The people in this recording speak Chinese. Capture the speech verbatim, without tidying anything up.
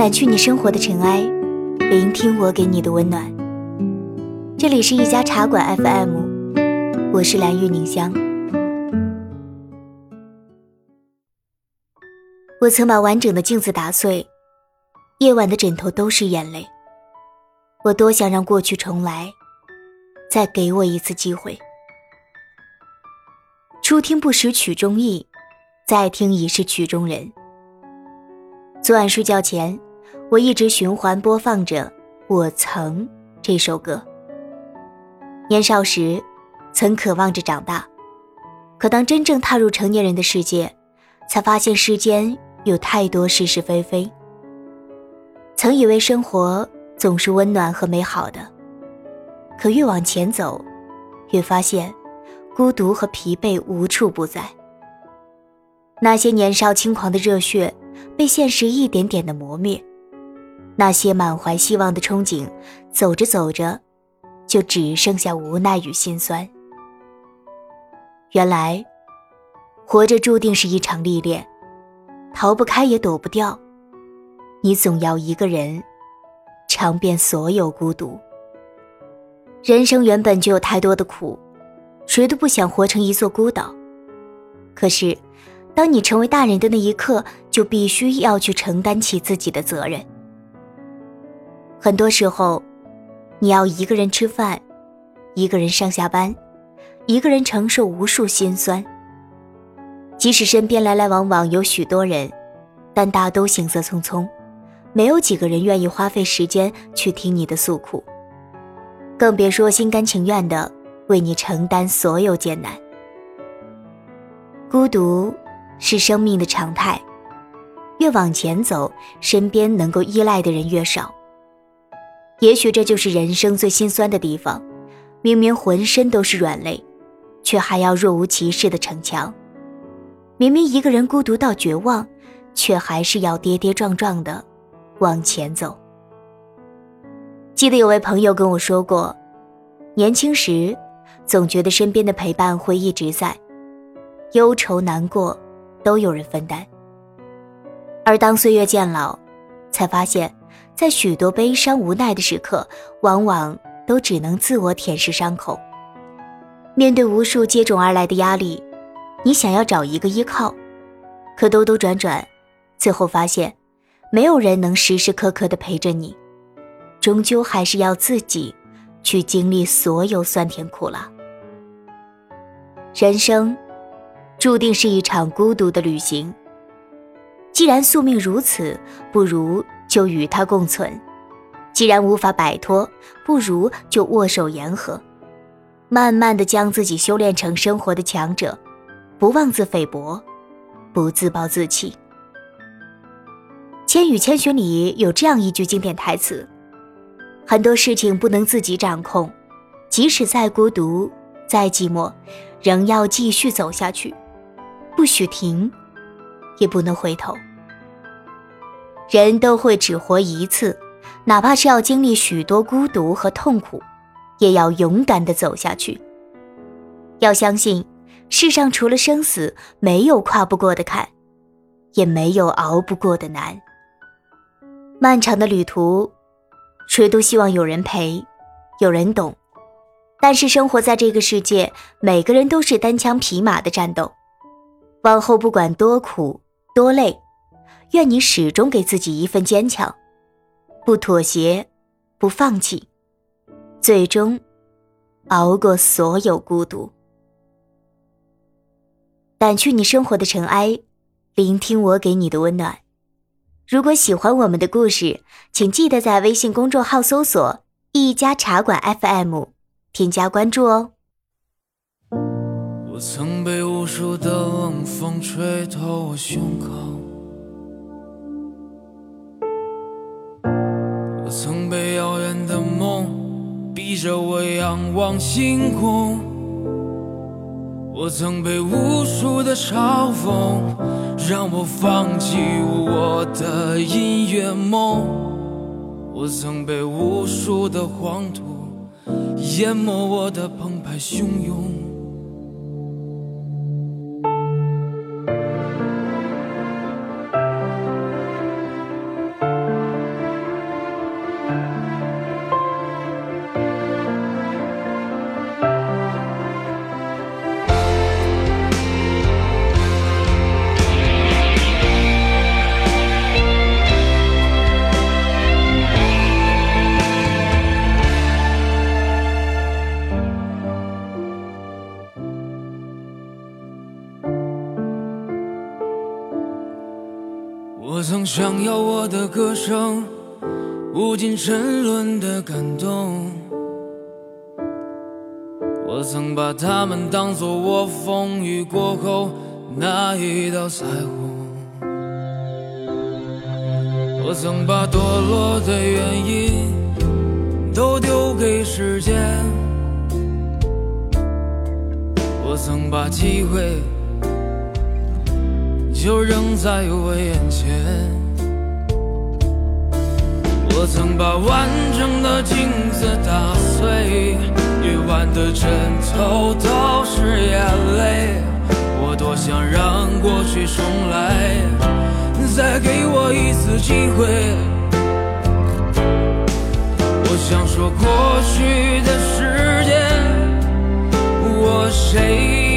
掸去你生活的尘埃，聆听我给你的温暖。这里是一家茶馆 F M， 我是蓝玉凝香。我曾把完整的镜子打碎，夜晚的枕头都是眼泪。我多想让过去重来，再给我一次机会。初听不识曲中意，再听已是曲中人。昨晚睡觉前，我一直循环播放着《我曾》这首歌。年少时，曾渴望着长大，可当真正踏入成年人的世界，才发现世间有太多是是非非。曾以为生活总是温暖和美好的，可越往前走，越发现孤独和疲惫无处不在。那些年少轻狂的热血被现实一点点地磨灭，那些满怀希望的憧憬，走着走着就只剩下无奈与心酸。原来活着注定是一场历练，逃不开也躲不掉，你总要一个人尝遍所有孤独。人生原本就有太多的苦，谁都不想活成一座孤岛。可是当你成为大人的那一刻，就必须要去承担起自己的责任。很多时候，你要一个人吃饭，一个人上下班，一个人承受无数心酸。即使身边来来往往有许多人，但大都行色匆匆，没有几个人愿意花费时间去听你的诉苦，更别说心甘情愿地为你承担所有艰难。孤独是生命的常态，越往前走，身边能够依赖的人越少。也许这就是人生最心酸的地方，明明浑身都是软肋，却还要若无其事地逞强。明明一个人孤独到绝望，却还是要跌跌撞撞地往前走。记得有位朋友跟我说过，年轻时总觉得身边的陪伴会一直在，忧愁难过都有人分担。而当岁月渐老，才发现在许多悲伤无奈的时刻，往往都只能自我舔舐伤口。面对无数接踵而来的压力，你想要找一个依靠，可兜兜转转，最后发现没有人能时时刻刻地陪着你，终究还是要自己去经历所有酸甜苦辣。人生注定是一场孤独的旅行，既然宿命如此，不如就与它共存。既然无法摆脱，不如就握手言和，慢慢地将自己修炼成生活的强者，不妄自菲薄，不自暴自弃。《千与千寻》里有这样一句经典台词，很多事情不能自己掌控，即使再孤独再寂寞，仍要继续走下去，不许停，也不能回头。人都会只活一次，哪怕是要经历许多孤独和痛苦，也要勇敢地走下去。要相信，世上除了生死，没有跨不过的坎，也没有熬不过的难。漫长的旅途，谁都希望有人陪，有人懂。但是生活在这个世界，每个人都是单枪匹马的战斗。往后不管多苦多累，愿你始终给自己一份坚强，不妥协，不放弃，最终熬过所有孤独。掸去你生活的尘埃，聆听我给你的温暖。如果喜欢我们的故事，请记得在微信公众号搜索一家茶馆 F M， 添加关注哦。 我曾被无数的冷风吹透我胸口，我曾被遥远的梦逼着我仰望星空，我曾被无数的嘲讽让我放弃我的音乐梦，我曾被无数的黄土淹没我的澎湃汹涌。 我曾想要我的歌声无尽沉沦的感动，我曾把它们当作我风雨过后那一道彩虹，我曾把堕落的原因都丢给时间，我曾把机会就扔在我眼前，我曾把完整的镜子打碎，夜晚的枕头都是眼泪，我多想让过去重来，再给我一次机会。我想说过去的时间，我谁